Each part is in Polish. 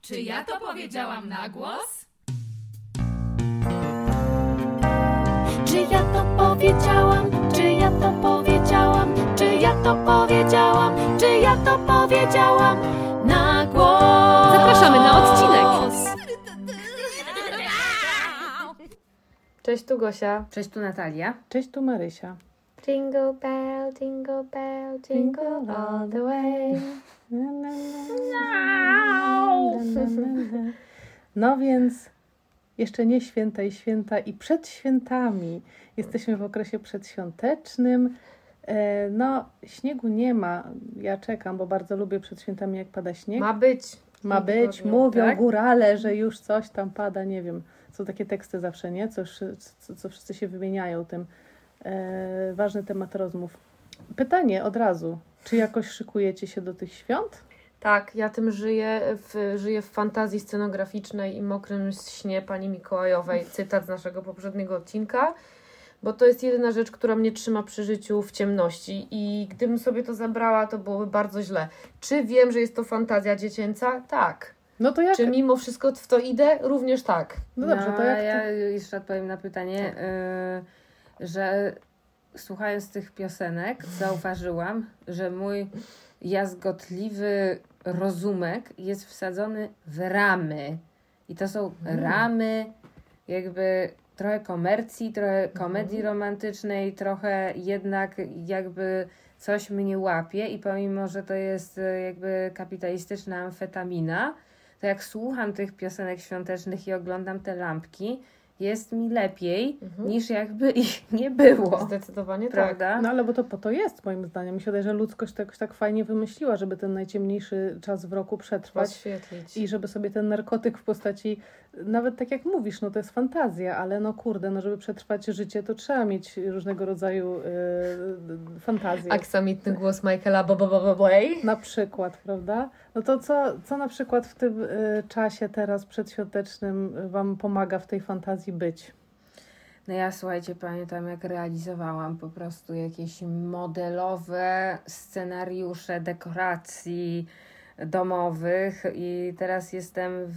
Czy ja to powiedziałam na głos? Czy ja to powiedziałam? Czy ja to powiedziałam? Czy ja to powiedziałam? Czy ja to powiedziałam na głos? Zapraszamy na odcinek. Cześć, tu Gosia. Cześć, tu Natalia. Cześć, tu Marysia. Jingle bell, jingle all the way. No więc jeszcze nie święta i święta i przed świętami. Jesteśmy w okresie przedświątecznym. No, śniegu nie ma. Ja czekam, bo bardzo lubię przed świętami, jak pada śnieg. Ma być. Mówią tak? górale, że już coś tam pada, nie wiem. Są takie teksty zawsze, nie? Co wszyscy się wymieniają tym. Ważny temat rozmów. Pytanie od razu. Czy jakoś szykujecie się do tych świąt? Tak, ja tym żyję w fantazji scenograficznej i mokrym śnie pani Mikołajowej. Cytat z naszego poprzedniego odcinka. Bo to jest jedyna rzecz, która mnie trzyma przy życiu w ciemności i gdybym sobie to zabrała, to byłoby bardzo źle. Czy wiem, że jest to fantazja dziecięca? Tak. No to jak? Czy mimo wszystko w to idę? Również tak. No dobrze, to jak Ja jeszcze odpowiem na pytanie, że słuchając tych piosenek zauważyłam, że mój jazgotliwy rozumek jest wsadzony w ramy. I to są ramy jakby trochę komercji, trochę komedii romantycznej, trochę jednak jakby coś mnie łapie i pomimo, że to jest jakby kapitalistyczna amfetamina, to jak słucham tych piosenek świątecznych i oglądam te lampki, jest mi lepiej niż jakby ich nie było. Zdecydowanie Prawda? tak. No ale bo to po to jest, moim zdaniem. Mi się wydaje, że ludzkość to jakoś tak fajnie wymyśliła, żeby ten najciemniejszy czas w roku przetrwać. Podświetlić. I żeby sobie ten narkotyk w postaci, nawet tak jak mówisz, no to jest fantazja, ale no kurde, no żeby przetrwać życie, to trzeba mieć różnego rodzaju fantazje. Aksamitny głos Michaela Boy. Na przykład, prawda? No to co na przykład w tym czasie teraz przedświątecznym Wam pomaga w tej fantazji być? No ja, słuchajcie, pamiętam jak realizowałam po prostu jakieś modelowe scenariusze dekoracji domowych i teraz jestem w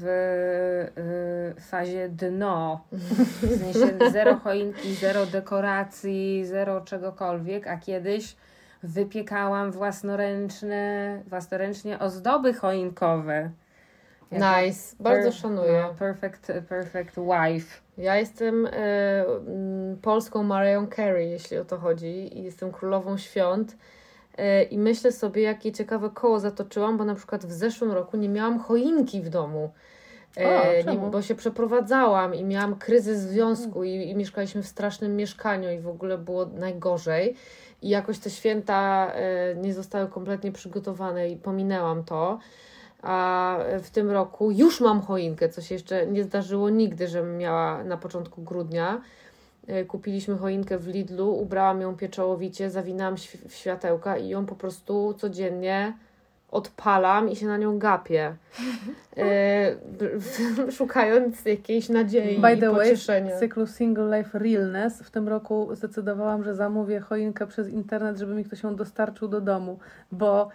fazie dno. W sensie zero choinki, zero dekoracji, zero czegokolwiek, a kiedyś wypiekałam własnoręcznie ozdoby choinkowe. Nice. Bardzo szanuję. No, perfect wife. Ja jestem polską Mariah Carey, jeśli o to chodzi. I jestem królową świąt. I myślę sobie, jakie ciekawe koło zatoczyłam, bo na przykład w zeszłym roku nie miałam choinki w domu. Bo się przeprowadzałam i miałam kryzys związku i mieszkaliśmy w strasznym mieszkaniu i w ogóle było najgorzej. I jakoś te święta nie zostały kompletnie przygotowane i pominęłam to. A w tym roku już mam choinkę, co się jeszcze nie zdarzyło nigdy, żebym miała na początku grudnia. Kupiliśmy choinkę w Lidlu, ubrałam ją pieczołowicie, zawinęłam w światełka i ją po prostu codziennie odpalam i się na nią gapię. Szukając jakiejś nadziei By i the way, pocieszenia. w cyklu Single Life Realness w tym roku zdecydowałam, że zamówię choinkę przez internet, żeby mi ktoś ją dostarczył do domu, bo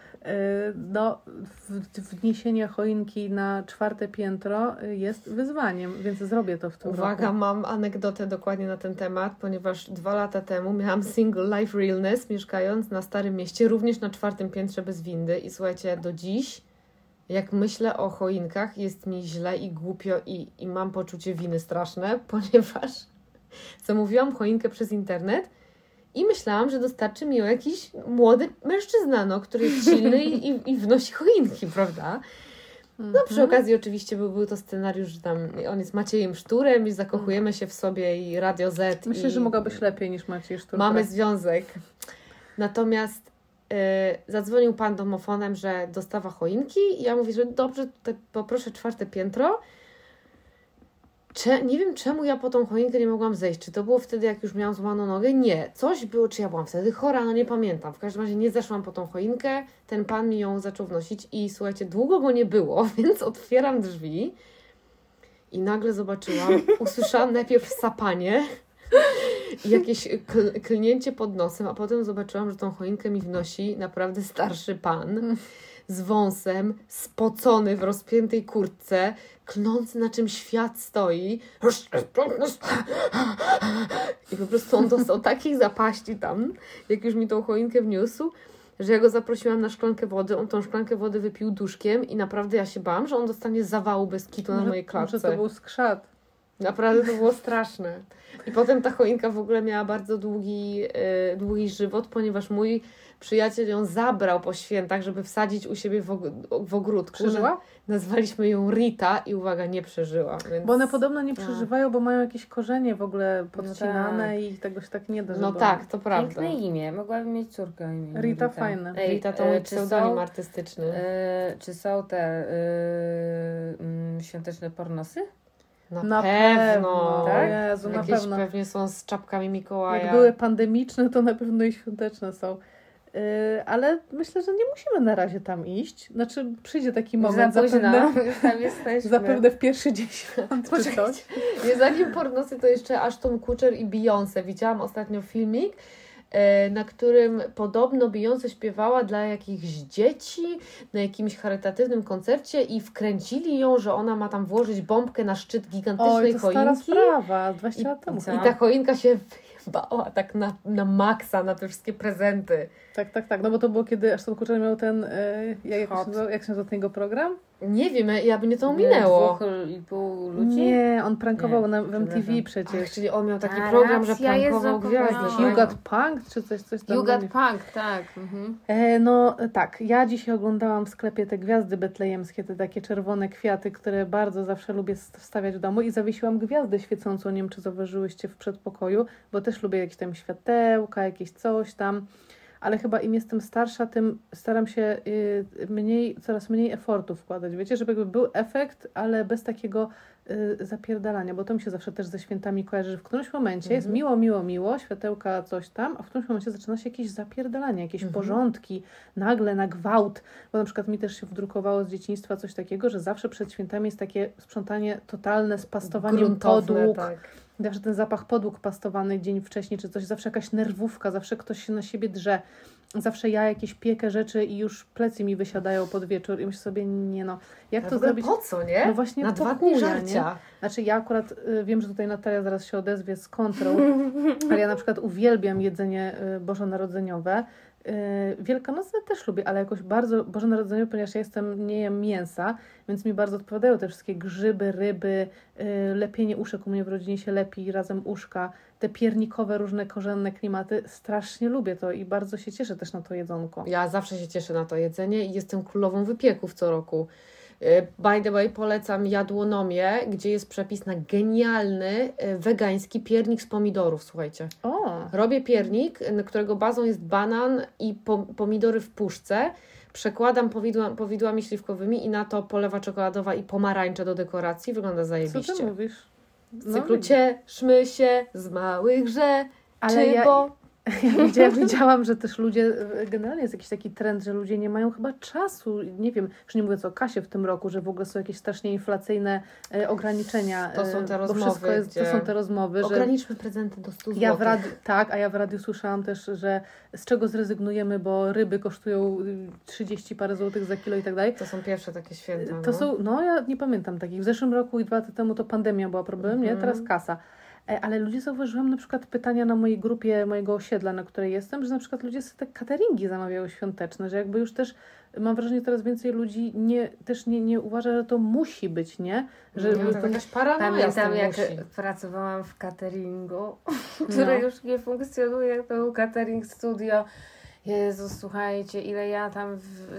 wniesienie choinki na 4. piętro jest wyzwaniem, więc zrobię to w tym roku. Uwaga, mam anegdotę dokładnie na ten temat, ponieważ 2 lata temu miałam Single Life Realness, mieszkając na Starym Mieście, również na 4. piętrze bez windy i słuchajcie, do dziś jak myślę o choinkach, jest mi źle i głupio i mam poczucie winy straszne, ponieważ zamówiłam choinkę przez internet i myślałam, że dostarczy mi ją jakiś młody mężczyzna, który jest silny i wnosi choinki, prawda? No przy okazji oczywiście był to scenariusz, że tam on jest Maciejem Szturem i zakochujemy się w sobie i Radio Z. Myślę, że mogłabyś lepiej niż Maciej Sztur. Mamy związek. Natomiast zadzwonił pan domofonem, że dostawa choinki i ja mówię, że dobrze, poproszę 4. piętro. Nie wiem, czemu ja po tą choinkę nie mogłam zejść. Czy to było wtedy, jak już miałam złamaną nogę? Nie. Coś było, czy ja byłam wtedy chora? No nie pamiętam. W każdym razie nie zeszłam po tą choinkę. Ten pan mi ją zaczął wnosić i słuchajcie, długo go nie było, więc otwieram drzwi i nagle usłyszałam najpierw sapanie i jakieś klnięcie pod nosem, a potem zobaczyłam, że tą choinkę mi wnosi naprawdę starszy pan. z wąsem, spocony w rozpiętej kurtce, klnący na czym świat stoi. I po prostu on dostał takiej zapaści tam, jak już mi tą choinkę wniósł, że ja go zaprosiłam na szklankę wody, on tą szklankę wody wypił duszkiem i naprawdę ja się bałam, że on dostanie zawału bez kitu na mojej klatce. Może to był skrzat. Naprawdę to było straszne. I potem ta choinka w ogóle miała bardzo długi żywot, ponieważ mój przyjaciel ją zabrał po świętach, żeby wsadzić u siebie w ogródku. Przeżyła? Nazwaliśmy ją Rita i uwaga, nie przeżyła. Więc... Bo one podobno nie tak. przeżywają, bo mają jakieś korzenie w ogóle podcinane i tego się tak nie da. No tak, to prawda. Piękne imię. Mogłabym mieć córkę o imieniu Rita fajne. Rita to mój pseudonim artystyczny. Czy są te świąteczne pornosy? Na pewno. Tak? Jezu, na Jakieś pewno. pewnie są z czapkami Mikołaja. Jak były pandemiczne, to na pewno i świąteczne są. Ale myślę, że nie musimy na razie tam iść. Znaczy przyjdzie taki moment, zapewne, już tam jesteśmy. zapewne w pierwszy dzień świąt czy coś. Nie, zanim pornosy, to jeszcze Ashton Kutcher i Beyoncé. Widziałam ostatnio filmik, na którym podobno Beyoncé śpiewała dla jakichś dzieci na jakimś charytatywnym koncercie i wkręcili ją, że ona ma tam włożyć bombkę na szczyt gigantycznej to choinki. stara sprawa, 20 lat temu. co? I ta choinka się wyjebała tak na maksa, na te wszystkie prezenty. Tak. No bo to było kiedy Ashton Kutcher miał ten, jak Hot. się nazywał ten jego program? Nie wiem, ja by mnie to ominęło. 2,5 ludzi? Nie, on prankował Nie, w MTV przepraszam. przecież. Czyli on miał taki A, program, że racja, jest, prankował zapomniałam. gwiazdy. You Got Punked czy coś tam. You Got Punk, tak. Mhm. No tak, ja dzisiaj oglądałam w sklepie te gwiazdy betlejemskie, te takie czerwone kwiaty, które bardzo zawsze lubię wstawiać w domu i zawiesiłam gwiazdę świecącą, nie wiem czy zauważyłyście w przedpokoju, bo też lubię jakieś tam światełka, jakieś coś tam, ale chyba im jestem starsza, tym staram się coraz mniej efortu wkładać, wiecie, żeby jakby był efekt, ale bez takiego zapierdalania, bo to mi się zawsze też ze świętami kojarzy, że w którymś momencie jest miło, światełka, coś tam, a w którymś momencie zaczyna się jakieś zapierdalanie, jakieś porządki, nagle na gwałt, bo na przykład mi też się wdrukowało z dzieciństwa coś takiego, że zawsze przed świętami jest takie sprzątanie totalne z pastowaniem Gruntowne, podłóg, tak. zawsze ten zapach podłóg pastowanych dzień wcześniej, czy coś, zawsze jakaś nerwówka, zawsze ktoś się na siebie drze, zawsze ja jakieś piekę rzeczy i już plecy mi wysiadają pod wieczór i myślę sobie, nie no, jak to zrobić? Po co, nie? No właśnie na po 2 dni chuja, żarcia. nie? Znaczy ja akurat wiem, że tutaj Natalia zaraz się odezwie z kontrą, ale ja na przykład uwielbiam jedzenie bożonarodzeniowe. Wielkanocne też lubię, ale jakoś bardzo bożonarodzeniowe, ponieważ ja nie jem mięsa, więc mi bardzo odpowiadają te wszystkie grzyby, ryby, lepienie uszek, u mnie w rodzinie się lepi razem uszka, te piernikowe różne korzenne klimaty, strasznie lubię to i bardzo się cieszę też na to jedzonko. Ja zawsze się cieszę na to jedzenie i jestem królową wypieków co roku. By the way, polecam Jadłonomię, gdzie jest przepis na genialny wegański piernik z pomidorów, słuchajcie. O! Robię piernik, którego bazą jest banan i pomidory w puszce. Przekładam powidłami śliwkowymi i na to polewa czekoladowa i pomarańcza do dekoracji. Wygląda Co zajebiście. ty mówisz? W cyklu cieszmy się z małych rzeczy, Ale bo... Ja widziałam, że też ludzie, generalnie jest jakiś taki trend, że ludzie nie mają chyba czasu, nie wiem, już nie mówiąc o kasie w tym roku, że w ogóle są jakieś strasznie inflacyjne ograniczenia. To są te bo rozmowy, wszystko jest, to są te rozmowy, że ograniczmy prezenty do 100 zł. a ja w radiu słyszałam też, że z czego zrezygnujemy, bo ryby kosztują 30 parę złotych za kilo i tak dalej. To są pierwsze takie święta. To są, ja nie pamiętam takich. W zeszłym roku i 2 lata temu to pandemia była problemem, nie? Teraz kasa. Ale ludzie zauważyłam na przykład pytania na mojej grupie, mojego osiedla, na której jestem, że na przykład ludzie sobie te cateringi zamawiały świąteczne, że jakby już też mam wrażenie, że teraz więcej ludzi nie uważa, że to musi być, nie? Że to jakaś paranoja z tym Pamiętam, jak musi. pracowałam w cateringu, który już nie funkcjonuje, to był catering studio. Jezu, słuchajcie, ile ja tam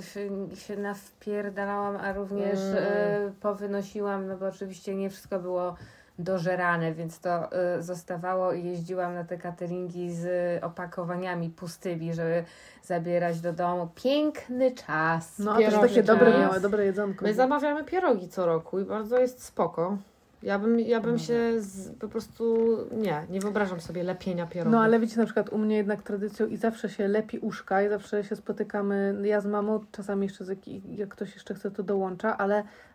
się nawpierdalałam, a również powynosiłam, no bo oczywiście nie wszystko było dożerane, więc to zostawało i jeździłam na te cateringi z opakowaniami pustymi, żeby zabierać do domu. Piękny czas. No, a też Pierogi takie dobre jedzonko. My zamawiamy pierogi co roku i bardzo jest spoko. Ja bym się po prostu, nie wyobrażam sobie lepienia pierogów. No ale wiecie, na przykład u mnie jednak tradycją i zawsze się lepi uszka i zawsze się spotykamy, ja z mamą, czasami jeszcze jak ktoś jeszcze chce to dołącza, ale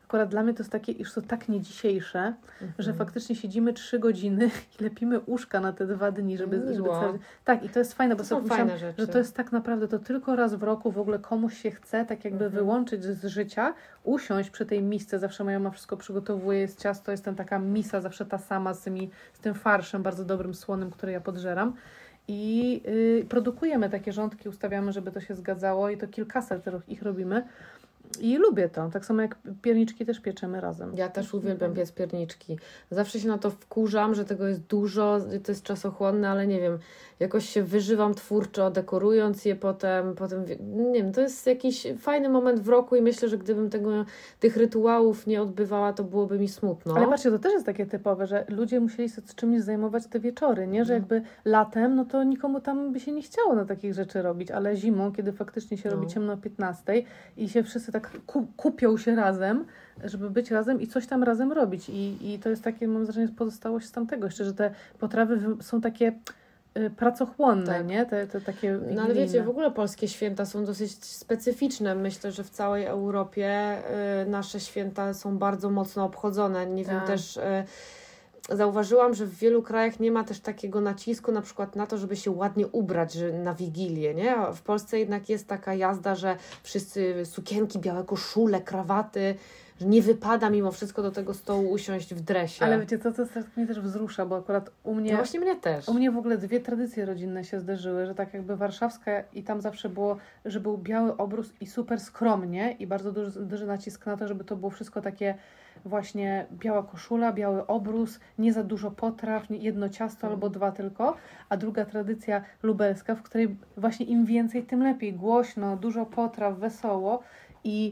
akurat dla mnie to jest takie, już to tak nie dzisiejsze, że faktycznie siedzimy 3 godziny i lepimy uszka na te 2 dni, żeby tak, i to jest fajne, bo to sobie myślałam, że to jest tak naprawdę, to tylko raz w roku w ogóle komuś się chce tak jakby wyłączyć z życia, usiąść przy tej misce, zawsze moja mama wszystko przygotowuje, jest ciasto, jest taka misa zawsze ta sama z tym farszem bardzo dobrym, słonym, który ja podżeram. I produkujemy takie rządki, ustawiamy, żeby to się zgadzało i to kilkaset ich robimy. I lubię to. Tak samo jak pierniczki też pieczemy razem. Ja też uwielbiam piec pierniczki. Zawsze się na to wkurzam, że tego jest dużo, to jest czasochłonne, ale nie wiem, jakoś się wyżywam twórczo, dekorując je potem nie wiem, to jest jakiś fajny moment w roku i myślę, że gdybym tych rytuałów nie odbywała, to byłoby mi smutno. Ale patrzcie, to też jest takie typowe, że ludzie musieli się z czymś zajmować te wieczory, nie? Że jakby latem, no to nikomu tam by się nie chciało na takich rzeczy robić, ale zimą, kiedy faktycznie się robi ciemno o 15 i się wszyscy tak kupią się razem, żeby być razem i coś tam razem robić. I to jest takie, mam wrażenie, pozostałość z tamtego jeszcze, że te potrawy są takie pracochłonne, nie? Te takie wigilijne. No ale wiecie, w ogóle polskie święta są dosyć specyficzne. Myślę, że w całej Europie nasze święta są bardzo mocno obchodzone. Nie wiem, też zauważyłam, że w wielu krajach nie ma też takiego nacisku na przykład na to, żeby się ładnie ubrać na Wigilię, nie? A w Polsce jednak jest taka jazda, że wszyscy sukienki, białe koszule, krawaty, że nie wypada mimo wszystko do tego stołu usiąść w dresie. Ale wiecie co, mnie też wzrusza, bo akurat u mnie... No właśnie mnie też. U mnie w ogóle 2 tradycje rodzinne się zderzyły, że tak jakby warszawska i tam zawsze było, że był biały obrus i super skromnie i bardzo duży nacisk na to, żeby to było wszystko takie właśnie biała koszula, biały obrus, nie za dużo potraw, jedno ciasto albo 2 tylko, a druga tradycja lubelska, w której właśnie im więcej, tym lepiej, głośno, dużo potraw, wesoło i...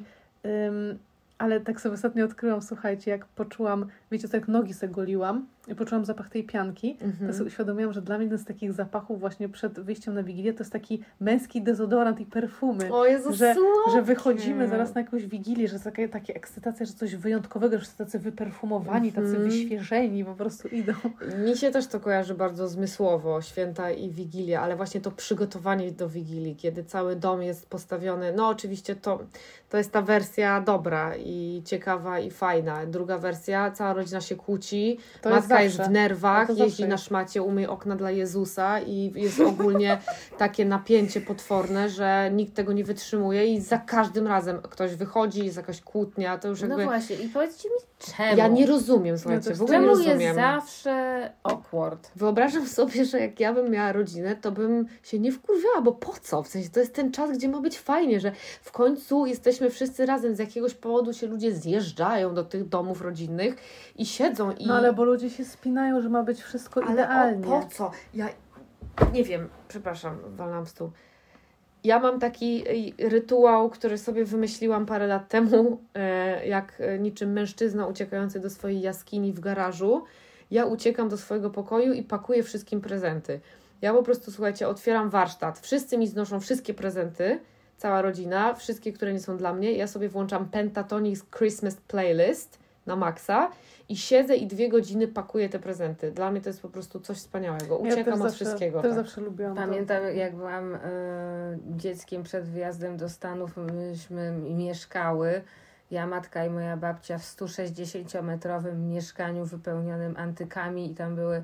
ale tak sobie ostatnio odkryłam, słuchajcie, jak poczułam, wiecie co, jak nogi sobie goliłam i poczułam zapach tej pianki, to sobie uświadomiłam, że dla mnie jeden z takich zapachów właśnie przed wyjściem na Wigilię to jest taki męski dezodorant i perfumy. O Jezu, że wychodzimy zaraz na jakąś Wigilię, że jest takie ekscytacja, że coś wyjątkowego, że są tacy wyperfumowani, tacy wyświeżeni, po prostu idą. Mi się też to kojarzy bardzo zmysłowo, święta i Wigilia, ale właśnie to przygotowanie do Wigilii, kiedy cały dom jest postawiony, no oczywiście to jest ta wersja dobra i ciekawa i fajna. Druga wersja, cała rodzina się kłóci, matka jest w nerwach, jeździ na szmacie, umyje okna dla Jezusa i jest ogólnie takie napięcie potworne, że nikt tego nie wytrzymuje i za każdym razem ktoś wychodzi, jest jakaś kłótnia, to już jakby... No właśnie, i powiedzcie mi czemu? Ja nie rozumiem, słuchajcie, w ogóle nie czemu rozumiem. jest zawsze awkward? Wyobrażam sobie, że jak ja bym miała rodzinę, to bym się nie wkurwiała, bo po co? W sensie to jest ten czas, gdzie ma być fajnie, że w końcu jesteśmy wszyscy razem, z jakiegoś powodu się ludzie zjeżdżają do tych domów rodzinnych i siedzą i... No ale bo ludzie się spinają, że ma być wszystko idealnie. Ale po co? Ja nie wiem, przepraszam, walnęłam stół. Ja mam taki rytuał, który sobie wymyśliłam parę lat temu, jak niczym mężczyzna uciekający do swojej jaskini w garażu. Ja uciekam do swojego pokoju i pakuję wszystkim prezenty. Ja po prostu, słuchajcie, otwieram warsztat. Wszyscy mi znoszą wszystkie prezenty, cała rodzina, wszystkie, które nie są dla mnie. Ja sobie włączam Pentatonix Christmas Playlist na maksa i siedzę i 2 godziny pakuję te prezenty. Dla mnie to jest po prostu coś wspaniałego. Uciekam od wszystkiego. Też zawsze lubiłam. Pamiętam, jak byłam dzieckiem przed wyjazdem do Stanów, myśmy mieszkały, ja, matka i moja babcia w 160-metrowym mieszkaniu wypełnionym antykami i tam były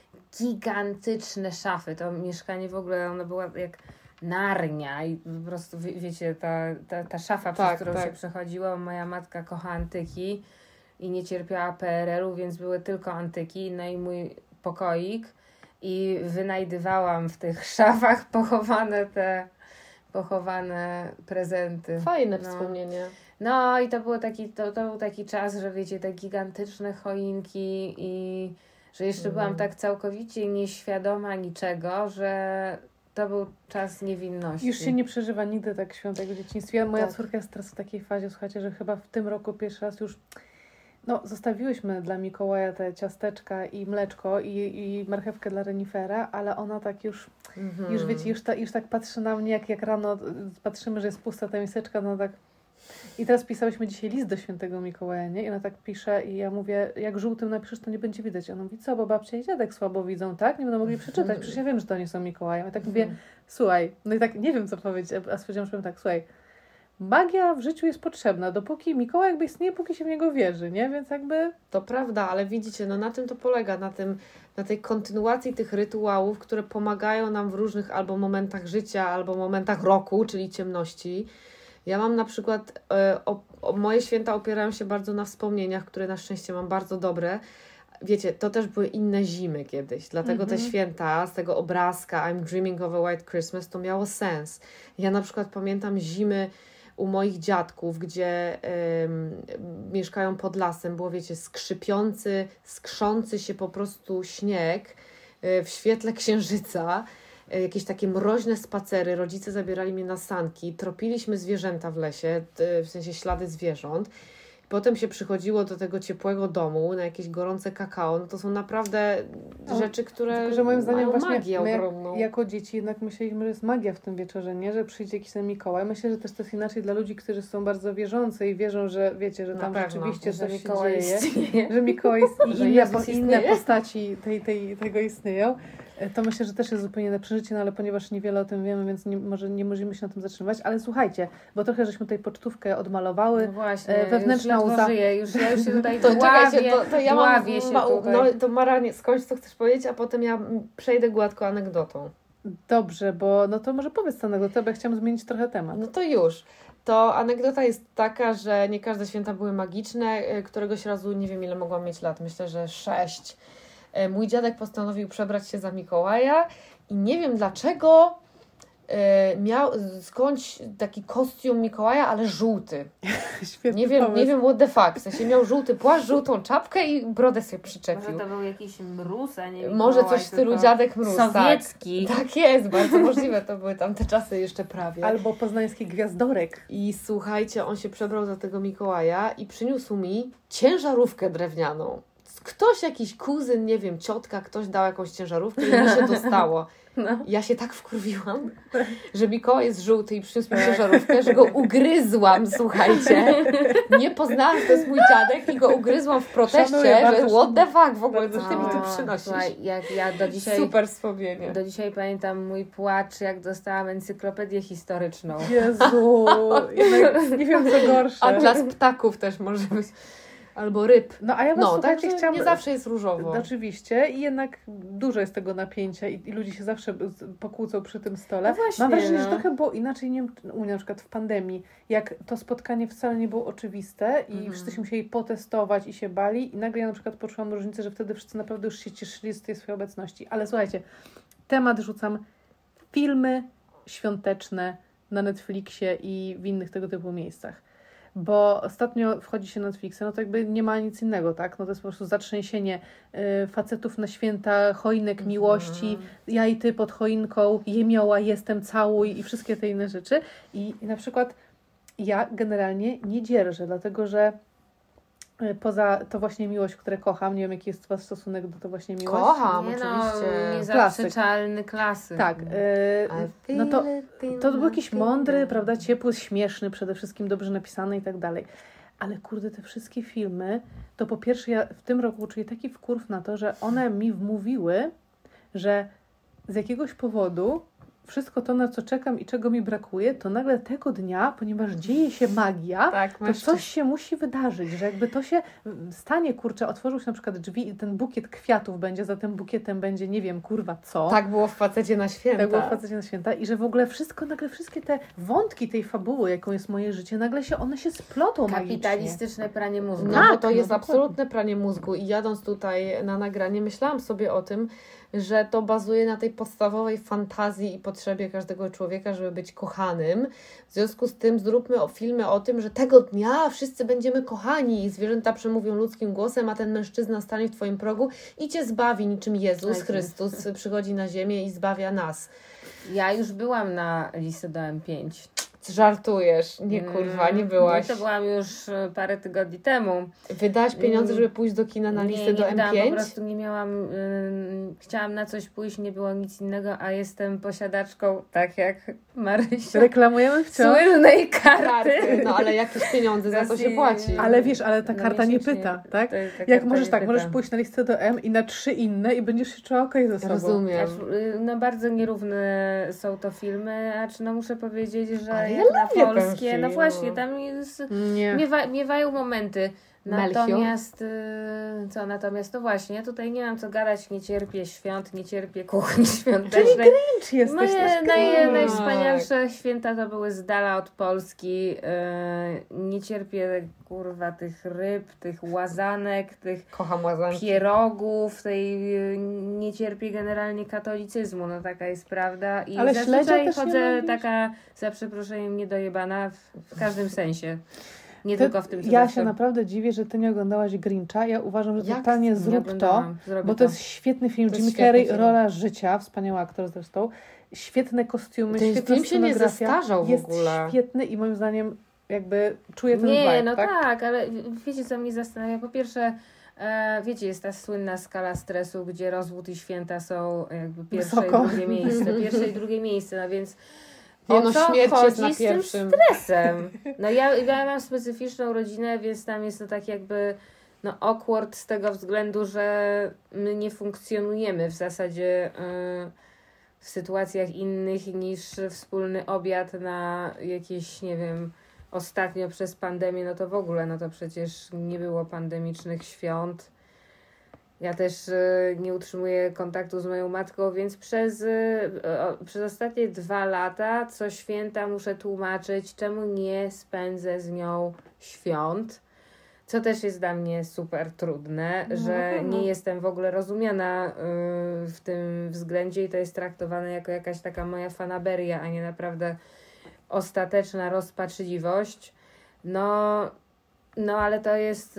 gigantyczne szafy. To mieszkanie w ogóle, ono było jak Narnia i po prostu, wiecie, ta szafa, przez którą się przechodziło. Moja matka kocha antyki i nie cierpiała PRL-u, więc były tylko antyki. No i mój pokoik i wynajdywałam w tych szafach pochowane prezenty. Fajne wspomnienie. No i to był taki czas, że wiecie, te gigantyczne choinki i że jeszcze byłam tak całkowicie nieświadoma niczego, że to był czas niewinności. Już się nie przeżywa nigdy tak świąt jak w dzieciństwie. Moja córka jest teraz w takiej fazie, słuchajcie, że chyba w tym roku pierwszy raz już zostawiłyśmy dla Mikołaja te ciasteczka i mleczko i marchewkę dla renifera, ale ona tak już wiecie, już tak patrzy na mnie, jak rano patrzymy, że jest pusta ta miseczka, no tak. I teraz pisałyśmy dzisiaj list do świętego Mikołaja, nie? I ona tak pisze i ja mówię, jak żółtym napiszesz, to nie będzie widać. Ona mówi, co, bo babcia i dziadek słabo widzą, tak? Nie będą mogli przeczytać, przecież ja wiem, że to nie są Mikołaje. Ja tak mówię, słuchaj, no i tak nie wiem, co powiedzieć, a stwierdziłam, że powiem tak, słuchaj, magia w życiu jest potrzebna, dopóki Mikołaj jakby istnieje, póki się w niego wierzy, nie? Więc jakby... To prawda, ale widzicie, no na tym to polega, na tej kontynuacji tych rytuałów, które pomagają nam w różnych albo momentach życia, albo momentach roku, czyli ciemności. Ja mam na przykład, moje święta opierają się bardzo na wspomnieniach, które na szczęście mam bardzo dobre. Wiecie, to też były inne zimy kiedyś, dlatego te święta z tego obrazka I'm Dreaming of a White Christmas to miało sens. Ja na przykład pamiętam zimy u moich dziadków, gdzie mieszkają pod lasem, było wiecie, skrzący się po prostu śnieg w świetle księżyca, jakieś takie mroźne spacery, rodzice zabierali mnie na sanki, tropiliśmy zwierzęta w lesie, w sensie ślady zwierząt. Potem się przychodziło do tego ciepłego domu na jakieś gorące kakao. No to są naprawdę rzeczy, które tylko, że moim zdaniem mają właśnie magię my ogromną. jako dzieci jednak myśleliśmy, że jest magia w tym wieczorze, nie? Że przyjdzie jakiś ten Mikołaj. Myślę, że też to jest inaczej dla ludzi, którzy są bardzo wierzący i wierzą, że wiecie, że Na tam pewno, rzeczywiście że coś Mikołaj się dzieje. istnieje. Że Mikołaj i Że inne, Jezus inne istnieje. postaci tego istnieją. To myślę, że też jest zupełnie inne przeżycie, no ale ponieważ niewiele o tym wiemy, więc może nie możemy się na tym zatrzymywać. Ale słuchajcie, bo trochę żeśmy tutaj pocztówkę odmalowały. No właśnie, wewnętrzna już ledwo łza. żyję, ja już się tutaj To czekajcie, dławię, to ja mam, dławię się tutaj. no to Mara, skończ co chcesz powiedzieć, a potem ja przejdę gładko anegdotą. Dobrze, bo no to może powiedz tę anegdotę, bo ja chciałam zmienić trochę temat. No to już. To anegdota jest taka, że nie każde święta były magiczne. Któregoś razu, nie wiem ile mogłam mieć lat, myślę, że 6. Mój dziadek postanowił przebrać się za Mikołaja i nie wiem dlaczego miał skądś taki kostium Mikołaja, ale żółty. Świetny Nie pomysł. wiem what the fuck. W sensie miał żółty płaszcz, żółtą czapkę i brodę sobie Może przyczepił. to był jakiś mróz, a nie Mikołaj, Może coś w stylu tylko Dziadek Mróz. sowiecki. Tak jest, bardzo możliwe. To były tamte czasy jeszcze prawie. Albo poznański gwiazdorek. I słuchajcie, on się przebrał za tego Mikołaja i przyniósł mi ciężarówkę drewnianą. Ktoś, jakiś kuzyn, nie wiem, ciotka, ktoś dał jakąś ciężarówkę i mi się dostało. No. Ja się tak wkurwiłam, że Mikołaj jest żółty i przyniósł mi ciężarówkę, że go ugryzłam, słuchajcie. Nie poznałam, że to jest mój dziadek i go ugryzłam w proteście, Szanuję, że bardzo what the fuck w ogóle, co ty mi tu O, przynosisz. słuchaj, jak ja do dzisiaj... Super wspomnienie. Do dzisiaj pamiętam mój płacz, jak dostałam encyklopedię historyczną. Jezu, jednak nie wiem co gorsze. Atlas ptaków też może być. Albo ryb. No a ja was No, słuchajcie, także chciałam... nie zawsze jest różowo. Oczywiście i jednak dużo jest tego napięcia i ludzie się zawsze pokłócą przy tym stole. No właśnie, Mam wrażenie, że no. trochę było inaczej, nie wiem, u mnie na przykład w pandemii, jak to spotkanie wcale nie było oczywiste i wszyscy się musieli potestować i się bali i nagle ja na przykład poczułam różnicę, że wtedy wszyscy naprawdę już się cieszyli z tej swojej obecności. Ale słuchajcie, temat rzucam, filmy świąteczne na Netflixie i w innych tego typu miejscach. Bo ostatnio wchodzi się na Netflixa, no to jakby nie ma nic innego, tak? No to jest po prostu zatrzęsienie facetów na święta, choinek miłości, ja i ty pod choinką, jemioła, jestem, całuj i wszystkie te inne rzeczy. I na przykład ja generalnie nie dzierżę, dlatego że poza to właśnie miłość, które kocham, nie wiem jaki jest wasz stosunek do to właśnie miłość. Kocham, Nie no, oczywiście. niezaprzeczalny klasyk. Tak, no to był jakiś mądry, prawda, ciepły, śmieszny, przede wszystkim dobrze napisany i tak dalej. Ale kurde, te wszystkie filmy, to po pierwsze ja w tym roku czuję taki wkurw na to, że one mi wmówiły, że z jakiegoś powodu wszystko to, na co czekam i czego mi brakuje, to nagle tego dnia, ponieważ dzieje się magia, Tak, to coś się musi wydarzyć, że jakby to się stanie, kurczę, otworzył się na przykład drzwi i ten bukiet kwiatów będzie, za tym bukietem będzie nie wiem, kurwa co. Tak było w Facecie na święta. Tak było w Facecie na święta i że w ogóle nagle wszystkie te wątki tej fabuły, jaką jest moje życie, nagle one się splotą magicznie. Kapitalistyczne pranie mózgu. No Tak, bo to jest dokładnie. absolutne pranie mózgu i jadąc tutaj na nagranie myślałam sobie o tym, że to bazuje na tej podstawowej fantazji i potrzebie każdego człowieka, żeby być kochanym. W związku z tym zróbmy filmy o tym, że tego dnia wszyscy będziemy kochani i zwierzęta przemówią ludzkim głosem, a ten mężczyzna stanie w Twoim progu i Cię zbawi, niczym Jezus Chrystus przychodzi na ziemię i zbawia nas. Ja już byłam na listy do M5. Żartujesz. Nie kurwa, nie byłaś. No to byłam już parę tygodni temu. Wydałaś pieniądze, żeby pójść do kina na listę do wydałam, M5? po prostu nie miałam, chciałam na coś pójść, nie było nic innego, a jestem posiadaczką, tak jak Marysia. Reklamujemy wciąż. Słynnej karty. No ale jakieś pieniądze za to się płaci. Ale wiesz, ale ta No karta nie miesięcznie. pyta, tak? Ta Jak karta możesz nie tak, pyta. możesz pójść na listę do M i na 3 inne i będziesz się czuła okej ze sobą. Rozumiem. No bardzo nierówne są to filmy, acz no muszę powiedzieć, że Ale ja jak na lubię ten polskie, film. no właśnie, tam jest, Nie. miewają momenty. Melchior? Natomiast no właśnie, ja tutaj nie mam co gadać, nie cierpię świąt, nie cierpię kuchni świątecznej. Czy jesteś Moje też najwspanialsze święta to były z dala od Polski. Nie cierpię kurwa tych ryb, tych łazanek, tych Kocham łazanki. pierogów, nie cierpię generalnie katolicyzmu, no taka jest prawda. I Ale śledzia zazwyczaj też nie chodzę lubisz? taka, za przeproszeniem, niedojebana w każdym sensie. Nie tylko w tym, co Ja zawsze się naprawdę dziwię, że ty nie oglądałaś Grincha. Ja uważam, że Jak totalnie nie zrób to, oglądałam. Zrobię bo to jest świetny film. To Jim jest Carrey, świetny film. rola życia, wspaniały aktor zresztą. Świetne kostiumy, Ten świetna film się nie scenografia. zestarzał w jest ogóle. świetny i moim zdaniem jakby czuję ten Nie, vibe, no tak? tak, ale wiecie, co mnie zastanawia? Po pierwsze, wiecie, jest ta słynna skala stresu, gdzie rozwód i święta są jakby pierwsze Wysoko. i drugie miejsce. Pierwsze i drugie miejsce, no więc Nie, o no, co śmierć chodzi jest na z tym pierwszym. stresem? No ja mam specyficzną rodzinę, więc tam jest to tak jakby awkward z tego względu, że my nie funkcjonujemy w zasadzie w sytuacjach innych niż wspólny obiad na jakieś, nie wiem, ostatnio przez pandemię, no to w ogóle, no to przecież nie było pandemicznych świąt. Ja też nie utrzymuję kontaktu z moją matką, więc przez ostatnie 2 lata co święta muszę tłumaczyć, czemu nie spędzę z nią świąt. Co też jest dla mnie super trudne, że nie jestem w ogóle rozumiana w tym względzie i to jest traktowane jako jakaś taka moja fanaberia, a nie naprawdę ostateczna rozpaczliwość. No ale to jest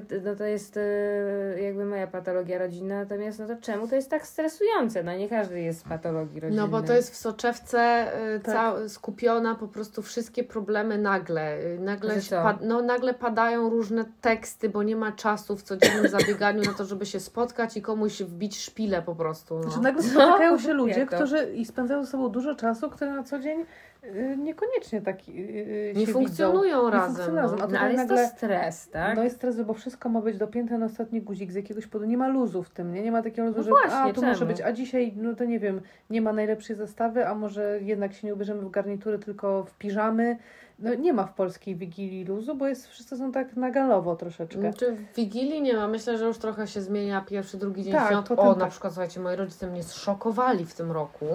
jakby moja patologia rodzinna, natomiast no to czemu to jest tak stresujące? No nie każdy jest z patologii rodzinnej. No bo to jest w soczewce Tak. skupiona po prostu wszystkie problemy nagle. Że co? Nagle padają różne teksty, bo nie ma czasu w codziennym zabieganiu na to, żeby się spotkać i komuś wbić szpilę po prostu. Znaczy No. nagle spotykają się ludzie, Jak to? którzy i spędzają ze sobą dużo czasu, które na co dzień niekoniecznie tak się Nie funkcjonują widzą. razem. Nie funkcjonują razem. A No tutaj ale jest nagle to stres, tak? no jest stres, bo wszystko ma być dopięte na ostatni guzik z jakiegoś powodu. Nie ma luzu w tym, nie ma takiego luzu, No że właśnie, tu czemu? może być, a dzisiaj, no to nie wiem, nie ma najlepszej zestawy, a może jednak się nie ubierzemy w garnitury, tylko w piżamy. No nie ma w polskiej Wigilii luzu, bo wszyscy są tak na galowo troszeczkę. Czy w Wigilii nie ma? Myślę, że już trochę się zmienia pierwszy, drugi dzień Tak, świąt. potem Na tak. przykład, słuchajcie, moi rodzice mnie zszokowali w tym roku,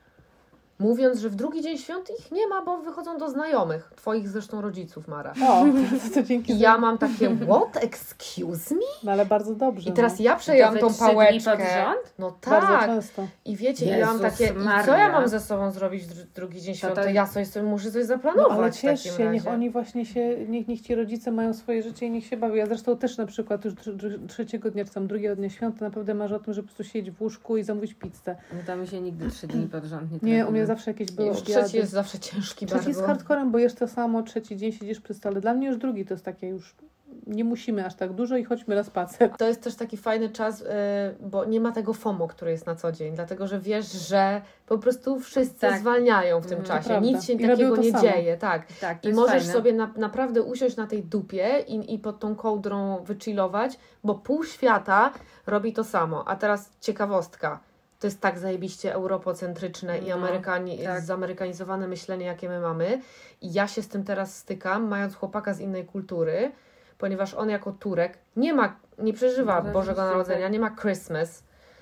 mówiąc, że w drugi dzień świąt ich nie ma, bo wychodzą do znajomych. Twoich zresztą rodziców, Mara. O, to dzięki I ja mam takie, what? Excuse me? No ale bardzo dobrze. I teraz no. ja przejęłam To tą wy 3 dni pałeczkę. pod rząd? No Bardzo tak. często. I wiecie, i ja Jezus mam takie, i co Maria. ja mam ze sobą zrobić drugi dzień świąt? To ja sobie muszę coś zaplanować. No, ale w ciesz takim się, niech razie. oni właśnie niech ci rodzice mają swoje życie i niech się bawią. Ja zresztą też na przykład już trzeciego dnia, czy tam drugiego dnia świąt, naprawdę marzę o tym, żeby po prostu siedzieć w łóżku i zamówić pizzę. No to mi się nigdy 3 dni pod rząd nie Nie, u trafiło. mnie zawsze jakieś były Już obiady. trzeci jest zawsze ciężki Trzeci bardzo. jest hardcorem, bo jesz to samo, trzeci dzień siedzisz przy stole. Dla mnie już drugi to jest takie już, nie musimy aż tak dużo i chodźmy na spacer. To jest też taki fajny czas, bo nie ma tego FOMO, który jest na co dzień, dlatego że wiesz, że po prostu wszyscy Tak. zwalniają w tym To czasie. prawda. Nic się I robią takiego to nie samo. dzieje, tak. Tak, to I jest możesz fajne. sobie naprawdę usiąść na tej dupie i pod tą kołdrą wychillować, bo pół świata robi to samo. A teraz ciekawostka. To jest tak zajebiście europocentryczne i tak. zamerykanizowane myślenie, jakie my mamy. I ja się z tym teraz stykam, mając chłopaka z innej kultury, ponieważ on jako Turek nie przeżywa No, Bożego rzeczywiście, Narodzenia, tak. nie ma Christmas.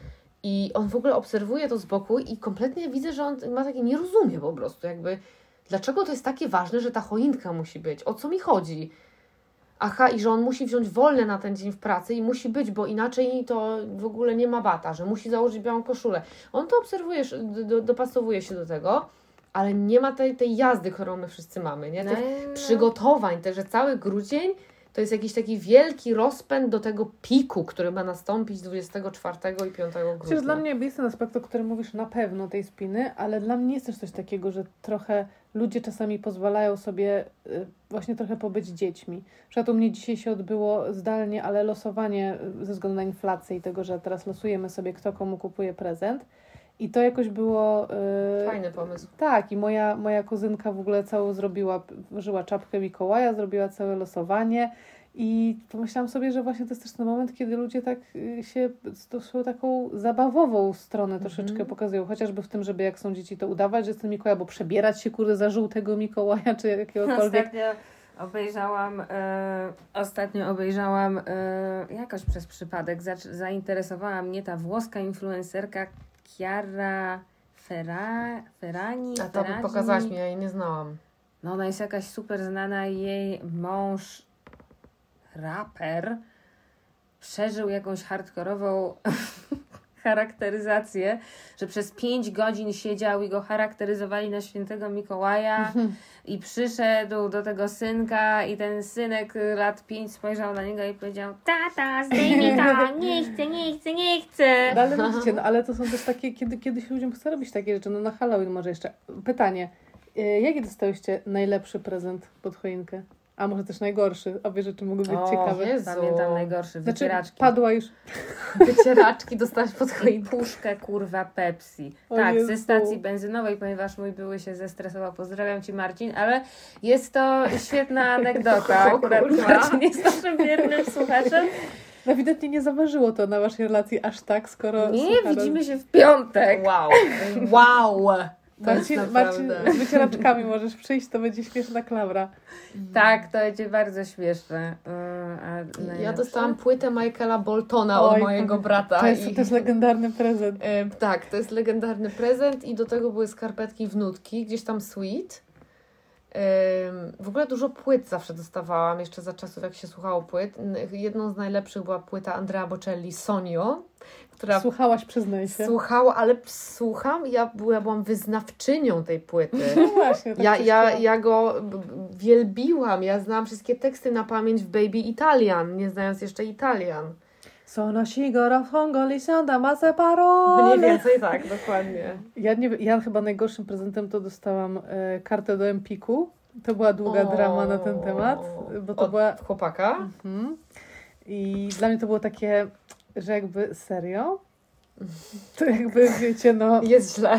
I on w ogóle obserwuje to z boku i kompletnie widzę, że on ma takie, nie rozumie po prostu, jakby dlaczego to jest takie ważne, że ta choinka musi być, o co mi chodzi? Aha, i że on musi wziąć wolne na ten dzień w pracy i musi być, bo inaczej to w ogóle nie ma bata, że musi założyć białą koszulę. On to obserwuje, dopasowuje się do tego, ale nie ma tej jazdy, którą my wszyscy mamy, nie? Tych przygotowań, że cały grudzień to jest jakiś taki wielki rozpęd do tego piku, który ma nastąpić 24 i 5 grudnia. Przecież dla mnie jest ten aspekt, o którym mówisz, na pewno tej spiny, ale dla mnie jest też coś takiego, że trochę ludzie czasami pozwalają sobie właśnie trochę pobyć dziećmi. Przykład u mnie dzisiaj się odbyło zdalnie, ale losowanie ze względu na inflację i tego, że teraz losujemy sobie, kto komu kupuje prezent. I to jakoś było... Fajny pomysł. Tak, i moja kuzynka w ogóle całą żyła czapkę Mikołaja, zrobiła całe losowanie i pomyślałam sobie, że właśnie to jest też ten moment, kiedy ludzie tak się swoją taką zabawową stronę troszeczkę pokazują, chociażby w tym, żeby jak są dzieci to udawać, że jest ten Mikołaj, albo przebierać się za żółtego Mikołaja, czy jakiegokolwiek. Ostatnio obejrzałam jakoś przez przypadek, zainteresowała mnie ta włoska influencerka Chiara Ferragni. A to pokazałaś mi, ja jej nie znałam. No ona jest jakaś super znana, jej mąż raper przeżył jakąś hardkorową charakteryzację, że przez 5 godzin siedział i go charakteryzowali na świętego Mikołaja i przyszedł do tego synka i ten synek lat 5 spojrzał na niego i powiedział: tata, zdejmij to, nie chcę. No, ale widzicie, ale to są też takie, kiedy się ludziom chce robić takie rzeczy, no na Halloween może jeszcze. Pytanie, jaki dostałyście najlepszy prezent pod choinkę? A może też najgorszy? Obie rzeczy mogły być ciekawe. Jezu. Pamiętam najgorszy, wycieraczki. Padła już. Wycieraczki dostałaś pod choinkę. Puszkę, kurwa, Pepsi. O Tak, Jezu. ze stacji benzynowej, ponieważ mój były się zestresował. Pozdrawiam Cię, Marcin, ale jest to świetna anegdota. Akurat Marcin jest naszym wiernym słuchaczem. No ewidentnie nie zaważyło to na waszej relacji aż tak, skoro... Nie, widzimy się w piątek. Wow! Marcin, z wycieraczkami możesz przyjść, to będzie śmieszna klamra. Tak, to będzie bardzo śmieszne. Ja dostałam płytę Michaela Boltona od mojego brata. To jest legendarny prezent. Tak, to jest legendarny prezent i do tego były skarpetki w nutki, gdzieś tam sweet. W ogóle dużo płyt zawsze dostawałam, jeszcze za czasów jak się słuchało płyt. Jedną z najlepszych była płyta Andrea Bocelli Sonio, która... Słuchałaś, przyznaj się. Słuchała, ale słucham, ja byłam wyznawczynią tej płyty. No właśnie. Tak Ja go wielbiłam, ja znałam wszystkie teksty na pamięć w Baby Italian, nie znając jeszcze Italian. Sono Shigoro Fongo Lisianda Mase Parole. Mniej więcej tak, dokładnie. Ja chyba najgorszym prezentem to dostałam kartę do Empiku. To była długa drama na ten temat. Bo to była chłopaka. I dla mnie to było takie, że jakby serio? To jakby wiecie, no... Jest źle.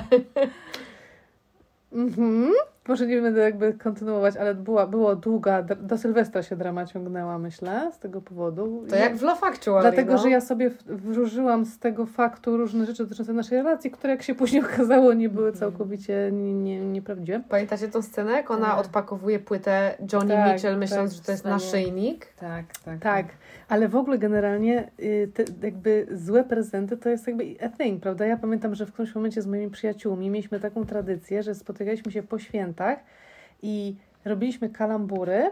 Może nie będę jakby kontynuować, ale było długa, do Sylwestra się drama ciągnęła, myślę, z tego powodu. To jak w Love Actually, dlatego, że ja sobie wróżyłam z tego faktu różne rzeczy dotyczące naszej relacji, które jak się później okazało nie były całkowicie nieprawdziwe. Pamiętacie tą scenę, jak ona odpakowuje płytę Johnny Mitchell, myśląc, że to jest naszyjnik? Tak, ale w ogóle generalnie te jakby złe prezenty to jest jakby a thing, prawda? Ja pamiętam, że w którymś momencie z moimi przyjaciółmi mieliśmy taką tradycję, że spotykaliśmy się po świętach i robiliśmy kalambury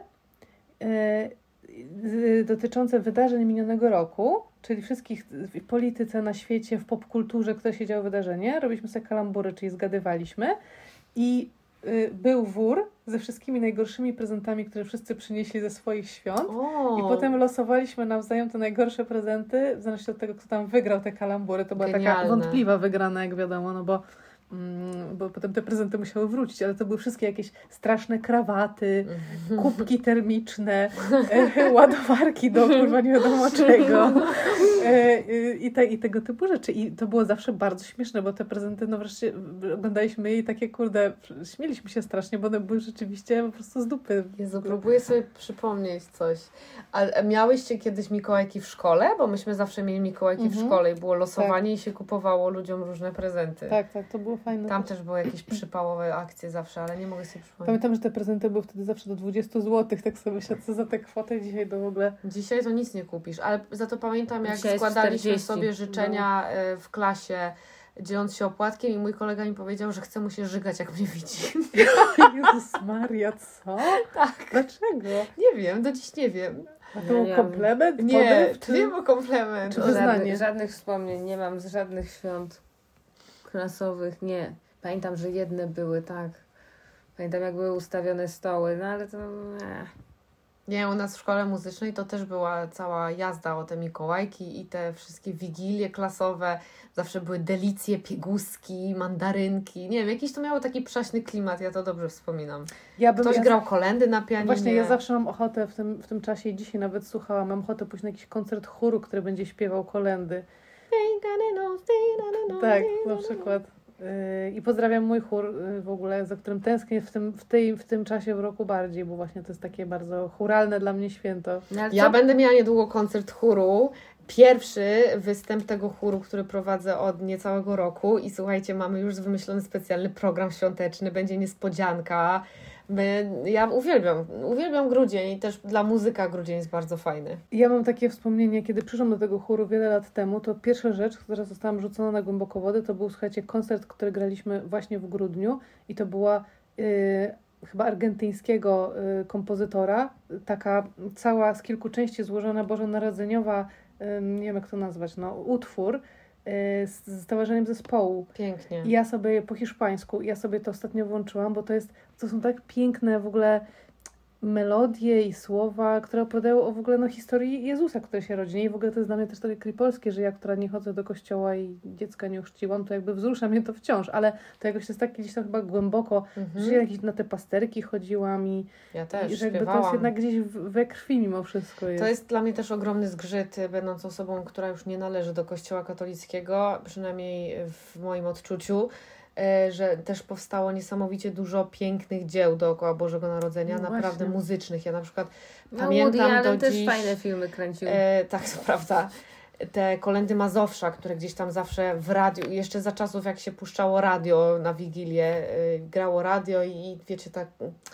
dotyczące wydarzeń minionego roku, czyli wszystkich w polityce na świecie, w popkulturze, które się działo wydarzenie. Robiliśmy sobie kalambury, czyli zgadywaliśmy i był wór ze wszystkimi najgorszymi prezentami, które wszyscy przynieśli ze swoich świąt. I potem losowaliśmy nawzajem te najgorsze prezenty, w zależności od tego, kto tam wygrał te kalambury. To była taka wątpliwa wygrana, jak wiadomo, no bo potem te prezenty musiały wrócić, ale to były wszystkie jakieś straszne krawaty, kubki termiczne, ładowarki do kurwa nie wiadomo czego i tego typu rzeczy. I to było zawsze bardzo śmieszne, bo te prezenty, no wreszcie oglądaliśmy je i takie kurde, śmieliśmy się strasznie, bo one były rzeczywiście po prostu z dupy. Jezu, próbuję sobie przypomnieć coś. A miałyście kiedyś Mikołajki w szkole? Bo myśmy zawsze mieli Mikołajki w szkole i było losowanie i się kupowało ludziom różne prezenty. Tak, to było fajne. Tam też były jakieś przypałowe akcje zawsze, ale nie mogę sobie przypomnieć. Pamiętam, że te prezenty były wtedy zawsze do 20 zł, tak sobie myślę, co za tę kwotę dzisiaj to w ogóle... Dzisiaj to nic nie kupisz, ale za to pamiętam, jak dzisiaj składaliśmy 40. sobie życzenia w klasie, dzieląc się opłatkiem i mój kolega mi powiedział, że chce mu się żygać, jak mnie widzi. Jezus Maria, co? Tak. Dlaczego? Nie wiem, do dziś nie wiem. A to był komplement? Nie, czy nie był komplement. Czy wyznanie? Żadnych wspomnień nie mam z żadnych świąt klasowych, nie. Pamiętam, że jedne były, tak. Pamiętam, jak były ustawione stoły, no ale to... Nie, u nas w szkole muzycznej to też była cała jazda o te Mikołajki i te wszystkie wigilie klasowe. Zawsze były delicje, pieguski, mandarynki. Nie wiem, jakiś to miało taki przaśny klimat, ja to dobrze wspominam. Ktoś grał kolędy na pianinie. Właśnie, ja zawsze mam ochotę w tym czasie i dzisiaj nawet słuchałam, mam ochotę pójść na jakiś koncert chóru, który będzie śpiewał kolędy. Tak, na przykład. I pozdrawiam mój chór w ogóle, za którym tęsknię w tym czasie w roku bardziej, bo właśnie to jest takie bardzo chóralne dla mnie święto. No, ale Ja co- będę miała niedługo koncert chóru. Pierwszy występ tego chóru, który prowadzę od niecałego roku i słuchajcie, mamy już wymyślony specjalny program świąteczny, będzie niespodzianka. Ja uwielbiam grudzień i też dla muzyka grudzień jest bardzo fajny. Ja mam takie wspomnienie, kiedy przyszłam do tego chóru wiele lat temu, to pierwsza rzecz, która została rzucona na głębokowodę, to był, słuchajcie, koncert, który graliśmy właśnie w grudniu i to była chyba argentyńskiego kompozytora, taka cała z kilku części złożona bożonarodzeniowa, nie wiem jak to nazwać, utwór z stowarzyszeniem zespołu. Pięknie. I ja sobie po hiszpańsku, ja sobie to ostatnio włączyłam, bo to są tak piękne w ogóle melodie i słowa, które opowiadają o w ogóle historii Jezusa, który się rodzi. I w ogóle to jest dla mnie też takie kripolskie, że ja, która nie chodzę do kościoła i dziecka nie ochrzciłam, to jakby wzrusza mnie to wciąż, ale to jakoś jest tak gdzieś tam chyba głęboko, że ja na te pasterki chodziłam Ja też i że jakby to śpiewałam. jest jednak gdzieś we krwi mimo wszystko jest. To jest dla mnie też ogromny zgrzyt, będąc osobą, która już nie należy do kościoła katolickiego, przynajmniej w moim odczuciu, że też powstało niesamowicie dużo pięknych dzieł dookoła Bożego Narodzenia, No naprawdę właśnie. muzycznych. Ja na przykład No, pamiętam Woody Allen do też dziś... fajne filmy kręcił. Tak, to prawda. Te kolendy Mazowsza, które gdzieś tam zawsze w radiu, jeszcze za czasów jak się puszczało radio na Wigilię, grało radio i wiecie, tak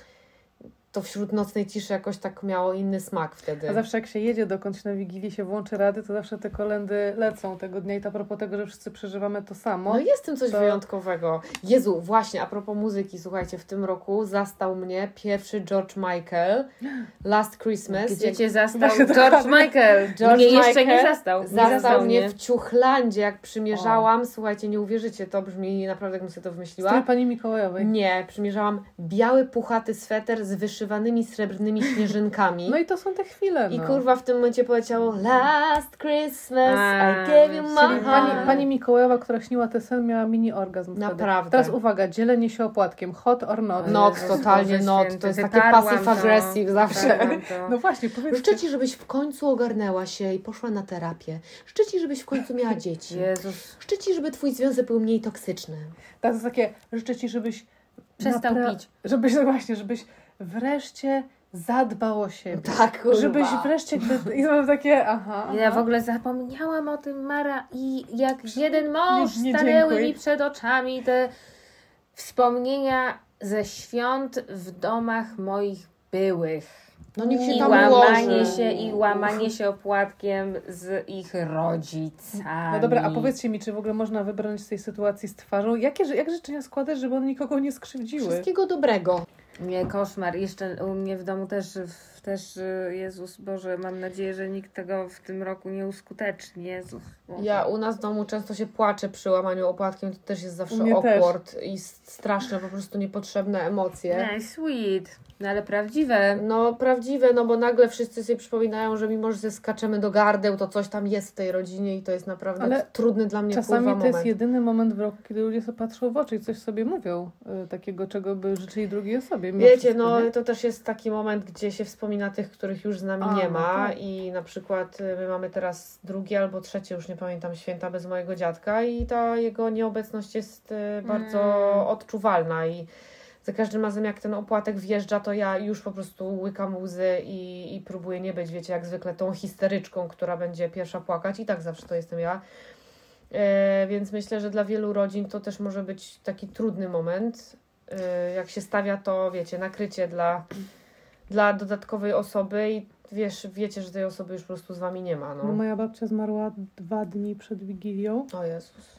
to wśród nocnej ciszy jakoś tak miało inny smak wtedy. A zawsze jak się jedzie dokądś na Wigilię, się włączy rady, to zawsze te kolendy lecą tego dnia i to a propos tego, że wszyscy przeżywamy to samo. No jest w tym coś to- wyjątkowego. Jezu, właśnie, a propos muzyki, słuchajcie, w tym roku zastał mnie pierwszy George Michael, Last Christmas. Gdzie cię zastał Właśnie George dokładnie. Michael. George Mnie jeszcze nie Michael zastał. Nie Zastał mnie w Ciuchlandzie, jak przymierzałam. Słuchajcie, nie uwierzycie, to brzmi naprawdę, jakbym sobie to wymyśliła. Strój pani Mikołajowej. Nie, przymierzałam biały, puchaty sweter z wyszywanymi srebrnymi śnieżynkami. No i to są te chwile, I kurwa w tym momencie poleciało Last Christmas, A, I gave you my czyli heart. Pani Mikołajowa, która śniła ten sen, miała mini orgazm. wtedy. Naprawdę. Teraz uwaga, dzielenie się opłatkiem. Hot or not. Not, Jezus, totalnie Boże not. święty, To jest takie wyparłam passive to. aggressive zawsze. Wyparłam to. No właśnie, powiedzcie. Życzę Ci, żebyś w końcu ogarnęła się i poszła na terapię. Życzę Ci, żebyś w końcu miała dzieci. Jezus. Życzę Ci, żeby Twój związek był mniej toksyczny. To jest takie, życzę Ci, żebyś Przestał pić. Żebyś wreszcie zadbał o siebie. Tak, kurwa. Żebyś wreszcie... I to mam takie, Ja w ogóle zapomniałam o tym, Mara, i jak jeden mąż Nie stanęły dziękuj. mi przed oczami te wspomnienia ze świąt w domach moich byłych. No niech się I tam łamanie się opłatkiem z ich rodzicami. No dobra, a powiedzcie mi, czy w ogóle można wybrnąć z tej sytuacji z twarzą? Jak życzenia składać, żeby one nikogo nie skrzywdziły? Wszystkiego dobrego. Nie, koszmar. Jeszcze u mnie w domu też Jezus Boże, mam nadzieję, że nikt tego w tym roku nie uskuteczni. Jezus. Ja u nas w domu często się płaczę przy łamaniu opłatkiem. To też jest zawsze U mnie awkward i straszne, po prostu niepotrzebne emocje. Nie, sweet. No ale prawdziwe. No prawdziwe, no bo nagle wszyscy sobie przypominają, że mimo, że się skaczemy do gardeł, to coś tam jest w tej rodzinie i to jest naprawdę Ale trudny dla mnie Czasami kurwa to jest moment. jedyny moment w roku, kiedy ludzie sobie patrzą w oczy i coś sobie mówią takiego, czego by życzyli drugiej osobie. mimo Wiecie, wszystko, no nie? to też jest taki moment, gdzie się wspomina tych, których już z nami A, nie no ma tak. i na przykład my mamy teraz drugie albo trzecie, już nie pamiętam, święta bez mojego dziadka i ta jego nieobecność jest bardzo odczuwalna i za każdym razem jak ten opłatek wjeżdża, to ja już po prostu łykam łzy i próbuję nie być, wiecie, jak zwykle tą histeryczką, która będzie pierwsza płakać i tak zawsze to jestem ja. Więc myślę, że dla wielu rodzin to też może być taki trudny moment, jak się stawia to, wiecie, nakrycie dla dodatkowej osoby i wiecie, że tej osoby już po prostu z wami nie ma. No, No. moja babcia zmarła 2 dni przed Wigilią. O Jezus.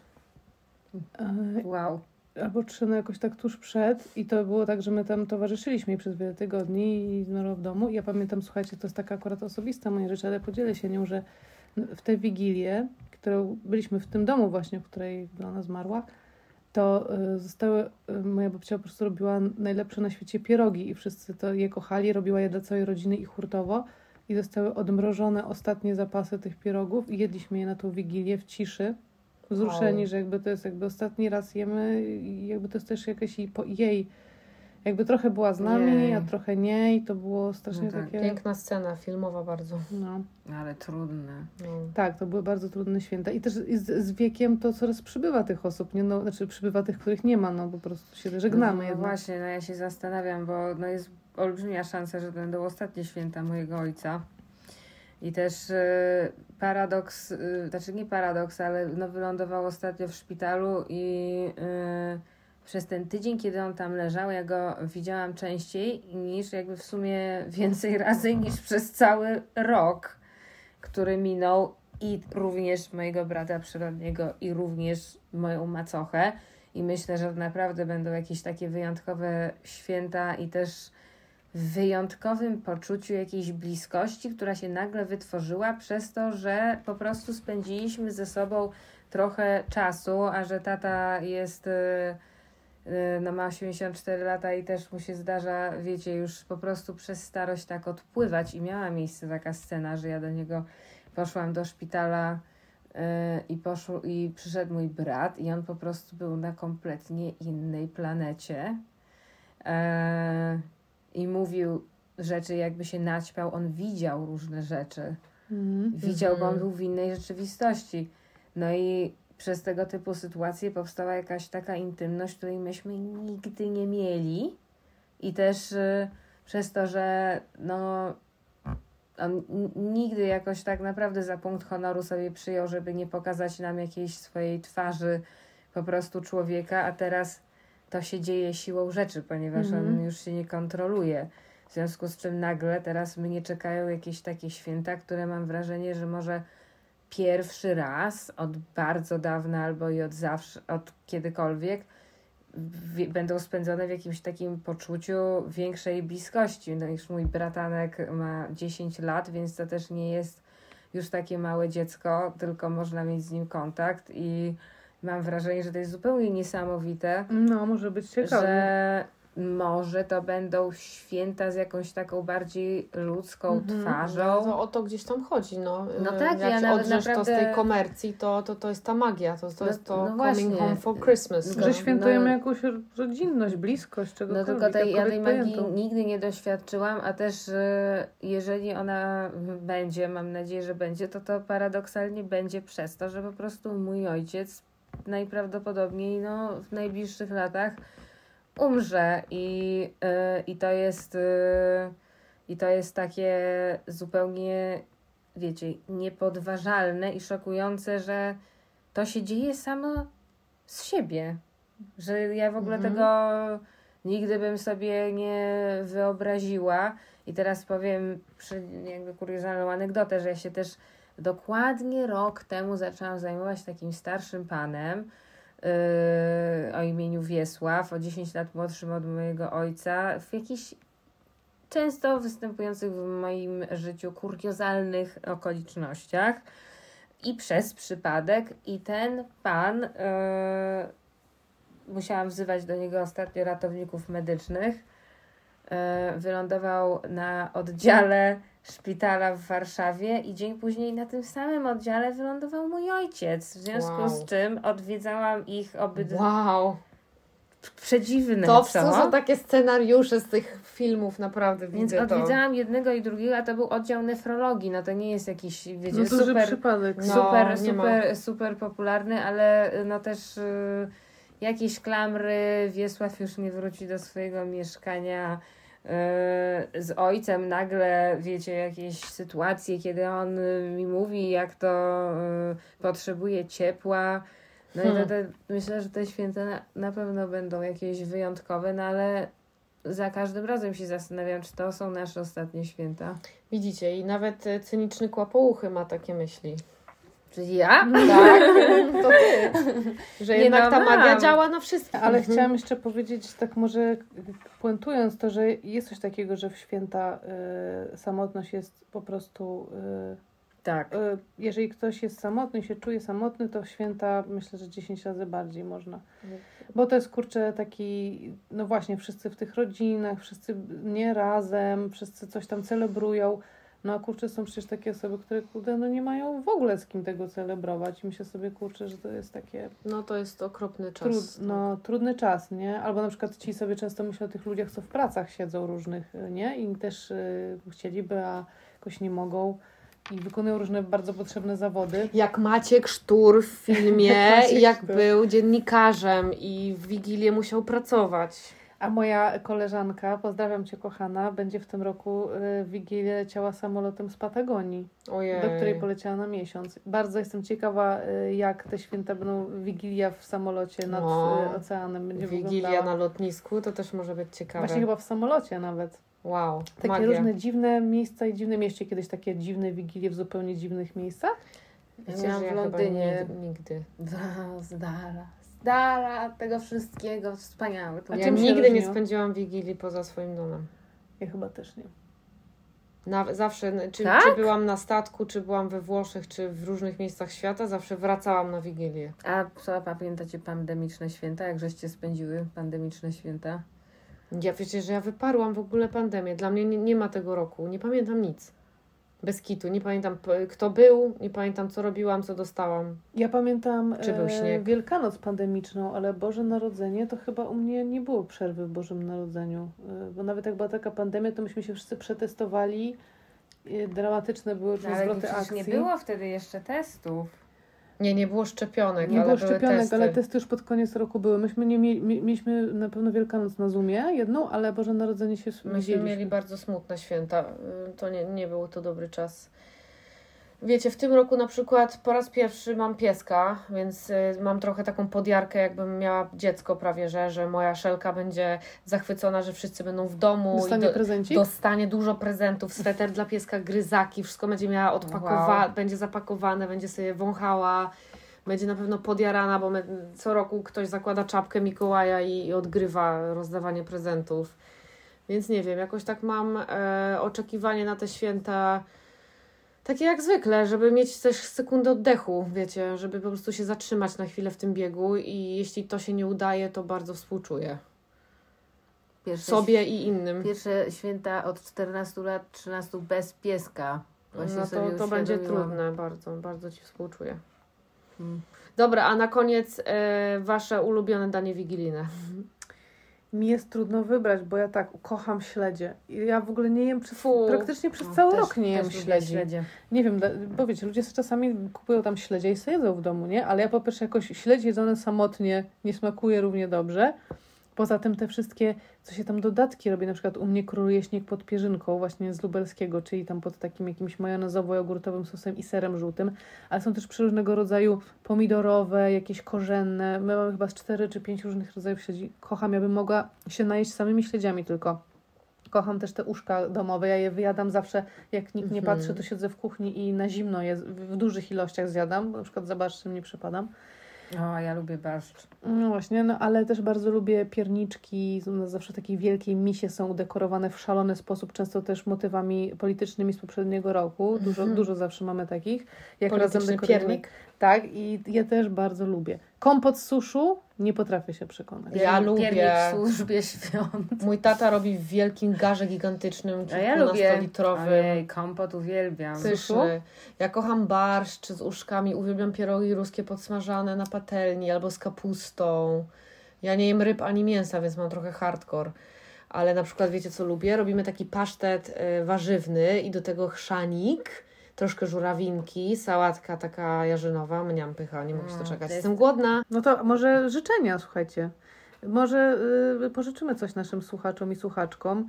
Wow. Albo 3, no jakoś tak tuż przed i to było tak, że my tam towarzyszyliśmy jej przez wiele tygodni i zmarła w domu. I ja pamiętam, słuchajcie, to jest taka akurat osobista moja rzecz, ale podzielę się nią, że w tę Wigilię, którą byliśmy w tym domu właśnie, w której ona zmarła, to moja babcia po prostu robiła najlepsze na świecie pierogi i wszyscy to je kochali, robiła je dla całej rodziny i hurtowo i zostały odmrożone ostatnie zapasy tych pierogów i jedliśmy je na tą Wigilię w ciszy. Wzruszeni, Wow. że jakby to jest jakby ostatni raz jemy i jakby to jest też jakaś jej jakby trochę była z nami, Jej. a trochę nie i to było strasznie No tak. takie... Piękna scena, filmowa bardzo. No. Ale trudne. No. Tak, to były bardzo trudne święta. I też z wiekiem to coraz przybywa tych osób, nie? No, znaczy przybywa tych, których nie ma, no po prostu się żegnamy No jednak. właśnie, no ja się zastanawiam, bo no jest olbrzymia szansa, że to będą ostatnie święta mojego ojca. I też paradoks, znaczy nie paradoks, ale no wylądował ostatnio w szpitalu i przez ten tydzień, kiedy on tam leżał, ja go widziałam częściej niż jakby w sumie więcej razy niż przez cały rok, który minął i również mojego brata przyrodniego i również moją macochę. I myślę, że naprawdę będą jakieś takie wyjątkowe święta i też w wyjątkowym poczuciu jakiejś bliskości, która się nagle wytworzyła przez to, że po prostu spędziliśmy ze sobą trochę czasu, a że tata jest, no ma 84 lata i też mu się zdarza, wiecie, już po prostu przez starość tak odpływać i miała miejsce taka scena, że ja do niego poszłam do szpitala i przyszedł mój brat i on po prostu był na kompletnie innej planecie. I mówił rzeczy, jakby się naćpał. On widział różne rzeczy. Widział, bo on był w innej rzeczywistości. No i przez tego typu sytuacje powstała jakaś taka intymność, której myśmy nigdy nie mieli. I też przez to, że no on nigdy jakoś tak naprawdę za punkt honoru sobie przyjął, żeby nie pokazać nam jakiejś swojej twarzy po prostu człowieka, a teraz to się dzieje siłą rzeczy, ponieważ on już się nie kontroluje. W związku z czym nagle teraz mnie czekają jakieś takie święta, które mam wrażenie, że może pierwszy raz od bardzo dawna albo i od zawsze, od kiedykolwiek będą spędzone w jakimś takim poczuciu większej bliskości. No już mój bratanek ma 10 lat, więc to też nie jest już takie małe dziecko, tylko można mieć z nim kontakt i mam wrażenie, że to jest zupełnie niesamowite, No, może być ciekawe. że może to będą święta z jakąś taką bardziej ludzką twarzą. No, to o to gdzieś tam chodzi. No, No tak, jak ja się nawet odrzesz to z tej naprawdę- komercji, to jest ta magia. To jest to no coming właśnie. home for Christmas. Że świętujemy jakąś rodzinność, bliskość, No czegokolwiek. tylko ja tej jakkolwiek magii pojętą. nigdy nie doświadczyłam, a też jeżeli ona będzie, mam nadzieję, że będzie, to paradoksalnie będzie przez to, że po prostu mój ojciec najprawdopodobniej w najbliższych latach umrze i to jest takie zupełnie, wiecie, niepodważalne i szokujące, że to się dzieje samo z siebie. Że ja w ogóle tego nigdy bym sobie nie wyobraziła. I teraz powiem jakby kuriozalną anegdotę, że ja się też dokładnie rok temu zaczęłam zajmować takim starszym panem o imieniu Wiesław, o 10 lat młodszym od mojego ojca, w jakichś często występujących w moim życiu kuriozalnych okolicznościach i przez przypadek. I ten pan, musiałam wzywać do niego ostatnio ratowników medycznych, wylądował na oddziale szpitala w Warszawie i dzień później na tym samym oddziale wylądował mój ojciec. W związku z czym odwiedzałam ich obydwu. Wow. Przedziwne, To co? są takie scenariusze z tych filmów, naprawdę Więc widzę to. odwiedzałam jednego i drugiego, a to był oddział nefrologii. No to nie jest jakiś, wiecie, No duży super, przypadek. No, nie ma. super popularny, ale no też jakieś klamry. Wiesław już nie wróci do swojego mieszkania z ojcem. Nagle, wiecie, jakieś sytuacje, kiedy on mi mówi, jak to potrzebuje ciepła. No i myślę, że te święta na pewno będą jakieś wyjątkowe, no ale za każdym razem się zastanawiam, czy to są nasze ostatnie święta. Widzicie, i nawet cyniczny kłapouchy ma takie myśli. Czyli ja? Tak, to ty. Że Nie, jednak no ta magia mam. działa na wszystkich. Ale chciałam jeszcze powiedzieć, tak może puentując to, że jest coś takiego, że w święta samotność jest po prostu... Tak. jeżeli ktoś jest samotny i się czuje samotny, to w święta myślę, że 10 razy bardziej można. Bo to jest, kurczę, taki, no właśnie, wszyscy w tych rodzinach, wszyscy nie razem, wszyscy coś tam celebrują. No a kurczę, są przecież takie osoby, które kurde, no nie mają w ogóle z kim tego celebrować. I myślę sobie, kurczę, że to jest takie No to jest okropny czas. trudny czas, nie? Albo na przykład ci sobie często myślą o tych ludziach, co w pracach siedzą różnych, nie? I też chcieliby, a jakoś nie mogą. I wykonują różne bardzo potrzebne zawody. Jak Maciek Sztur w filmie, Maciek jak Sztur. był dziennikarzem i w Wigilię musiał pracować. A moja koleżanka, pozdrawiam Cię kochana, będzie w tym roku w Wigilię leciała samolotem z Patagonii, Ojej. do której poleciała na miesiąc. Bardzo jestem ciekawa, jak te święta będą, Wigilia w samolocie nad oceanem będzie Wigilia wyglądała. na lotnisku to też może być ciekawe. Właśnie chyba w samolocie nawet. Wow, Takie magia. różne dziwne miejsca i dziwne mieście. Kiedyś takie dziwne Wigilie w zupełnie dziwnych miejscach. Wiecie, Miałam że ja w Londynie. chyba nigdy. Z dala tego wszystkiego. Wspaniałe. To A Ja czym się nigdy nie różniło? spędziłam Wigilii poza swoim domem. Ja chyba też nie. Zawsze, Tak? czy byłam na statku, czy byłam we Włoszech, czy w różnych miejscach świata, zawsze wracałam na Wigilię. A co, pamiętacie pandemiczne święta? Jak żeście spędziły pandemiczne święta? Wiecie, że ja wyparłam w ogóle pandemię. Dla mnie nie ma tego roku. Nie pamiętam nic. Bez kitu. Nie pamiętam kto był, nie pamiętam co robiłam, co dostałam. Ja pamiętam Czy był śnieg? Wielkanoc pandemiczną, ale Boże Narodzenie to chyba u mnie nie było przerwy w Bożym Narodzeniu. Bo nawet jak była taka pandemia, to myśmy się wszyscy przetestowali. Dramatyczne były już Ale zwroty przecież akcji. nie było wtedy jeszcze testów. Nie było szczepionek, Nie ale było były szczepionek, testy. ale testy już pod koniec roku były. Myśmy nie mieliśmy na pewno Wielkanoc na Zoomie jedną, ale Boże Narodzenie się Myśmy widzieliśmy. mieli bardzo smutne święta. To nie był to dobry czas. Wiecie, w tym roku na przykład po raz pierwszy mam pieska, więc mam trochę taką podjarkę, jakbym miała dziecko prawie, że moja Szelka będzie zachwycona, że wszyscy będą w domu. Dostanie i prezencik? dostanie dużo prezentów, sweter dla pieska, gryzaki, wszystko będzie miała będzie zapakowane, będzie sobie wąchała. Będzie na pewno podjarana, bo co roku ktoś zakłada czapkę Mikołaja i odgrywa rozdawanie prezentów. Więc nie wiem, jakoś tak mam oczekiwanie na te święta takie jak zwykle, żeby mieć też sekundę oddechu, wiecie, żeby po prostu się zatrzymać na chwilę w tym biegu i jeśli to się nie udaje, to bardzo współczuję. Sobie i innym. Pierwsze święta od 14 lat, 13 bez pieska. Właśnie No sobie to będzie uświadomiłam. trudne, bardzo, bardzo Ci współczuję. Hmm. Dobra, a na koniec Wasze ulubione danie wigilijne. Mi jest trudno wybrać, bo ja tak kocham śledzie. I ja w ogóle nie jem Fu. praktycznie przez cały Też- rok nie jem też lubię śledzi. śledzie. Nie wiem, bo wiecie, ludzie sobie czasami kupują tam śledzie i sobie jedzą w domu, nie? Ale ja po pierwsze jakoś śledź jedzone samotnie nie smakuje równie dobrze. Poza tym te wszystkie, co się tam dodatki robi, na przykład u mnie króluje śnieg pod pierzynką właśnie z lubelskiego, czyli tam pod takim jakimś majonezowo-jogurtowym sosem i serem żółtym, ale są też przeróżnego rodzaju pomidorowe, jakieś korzenne. My mamy chyba z 4 czy 5 różnych rodzajów śledzi. Kocham, ja bym mogła się najeść samymi śledziami tylko. Kocham też te uszka domowe, ja je wyjadam zawsze, jak nikt nie patrzy, to siedzę w kuchni i na zimno je w dużych ilościach zjadam, na przykład za barszczem nie przepadam. O, ja lubię barszcz. No właśnie, no ale też bardzo lubię pierniczki, u nas zawsze takie wielkie misie są udekorowane w szalony sposób, często też motywami politycznymi z poprzedniego roku, dużo zawsze mamy takich. Jak razem Polityczny dekorujemy. piernik. Tak, i ja też bardzo lubię. Kompot z suszu nie potrafię się przekonać. Ja lubię. Piernik w służbie świąt. Mój tata robi w wielkim garze gigantycznym, A ja lubię. kilkunastolitrowym. Ojej, kompot uwielbiam. Pyszny. Ja kocham barszcz z uszkami, uwielbiam pierogi ruskie podsmażane na patelni albo z kapustą. Ja nie jem ryb ani mięsa, więc mam trochę hardcore. Ale na przykład wiecie co lubię? Robimy taki pasztet warzywny i do tego chrzanik, troszkę żurawinki, sałatka taka jarzynowa. Mniam pycha, nie mogę się to doczekać. jest- Jestem głodna. No to może życzenia, słuchajcie. Może pożyczymy coś naszym słuchaczom i słuchaczkom,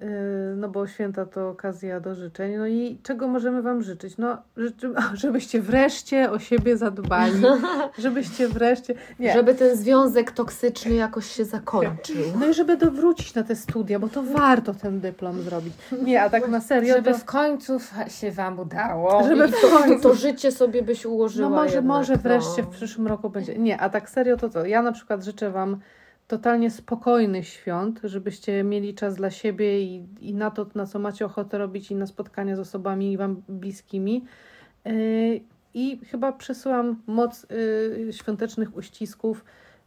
no bo święta to okazja do życzeń. No i czego możemy Wam życzyć? No, żebyście wreszcie o siebie zadbali, żebyście wreszcie... Nie. Żeby ten związek toksyczny jakoś się zakończył. No i żeby dowrócić na te studia, bo to warto ten dyplom zrobić. Nie, a tak na serio Żeby to... w końcu się Wam udało. Żeby w końcu... To życie sobie byś ułożyła. No może jednak, wreszcie no. w przyszłym roku będzie. Nie, a tak serio to co? Ja na przykład życzę Wam totalnie spokojnych świąt, żebyście mieli czas dla siebie i na to, na co macie ochotę robić i na spotkania z osobami Wam bliskimi. I chyba przesyłam moc świątecznych uścisków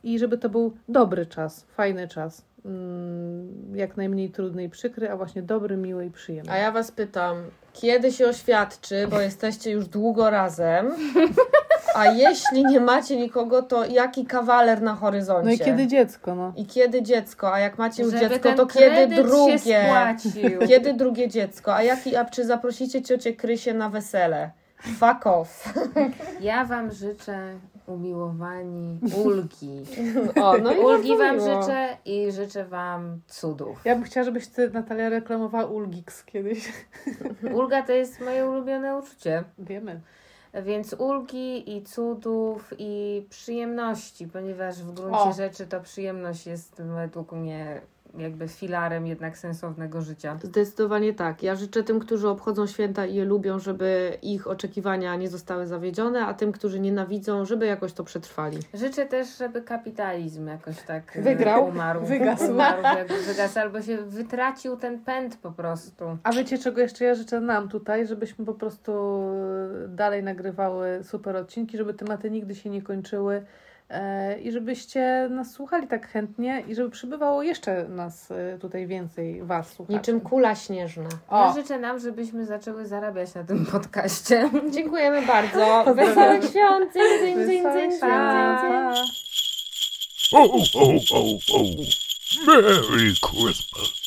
i żeby to był dobry czas, fajny czas. Jak najmniej trudny i przykry, a właśnie dobry, miły i przyjemny. A ja Was pytam, kiedy się oświadczy, bo jesteście już długo razem, a jeśli nie macie nikogo, to jaki kawaler na horyzoncie? No i kiedy dziecko, no. I kiedy dziecko? A jak macie już Żeby dziecko, ten to kiedy kredyt się drugie? spłacił. Kiedy drugie dziecko? A czy zaprosicie ciocię Krysię na wesele? Fuck off. Ja Wam życzę umiłowani ulgi. O, no i Ulgi Wam bardzo miło. życzę i życzę Wam cudów. Ja bym chciała, żebyś ty, Natalia, reklamowała Ulgix kiedyś. Ulga to jest moje ulubione uczucie. Wiemy. Więc ulgi i cudów i przyjemności, ponieważ w gruncie rzeczy to przyjemność jest według mnie jakby filarem jednak sensownego życia. Zdecydowanie tak. Ja życzę tym, którzy obchodzą święta i je lubią, żeby ich oczekiwania nie zostały zawiedzione, a tym, którzy nienawidzą, żeby jakoś to przetrwali. Życzę też, żeby kapitalizm jakoś tak Wygrał? umarł. Wygasł. Jakby wygasł, albo się wytracił ten pęd po prostu. A wiecie, czego jeszcze ja życzę nam tutaj? Żebyśmy po prostu dalej nagrywały super odcinki, żeby tematy nigdy się nie kończyły i żebyście nas słuchali tak chętnie i żeby przybywało jeszcze nas tutaj więcej, was słuchaczy. Niczym kula śnieżna. Ja życzę nam, żebyśmy zaczęły zarabiać na tym podcaście. Dziękujemy bardzo. Wesołych świąt. Dzyń, dzyń, dzyń, dzyń, dzyń, dzyń, Pa. dzyń. Oh, oh, oh, oh. Merry Christmas.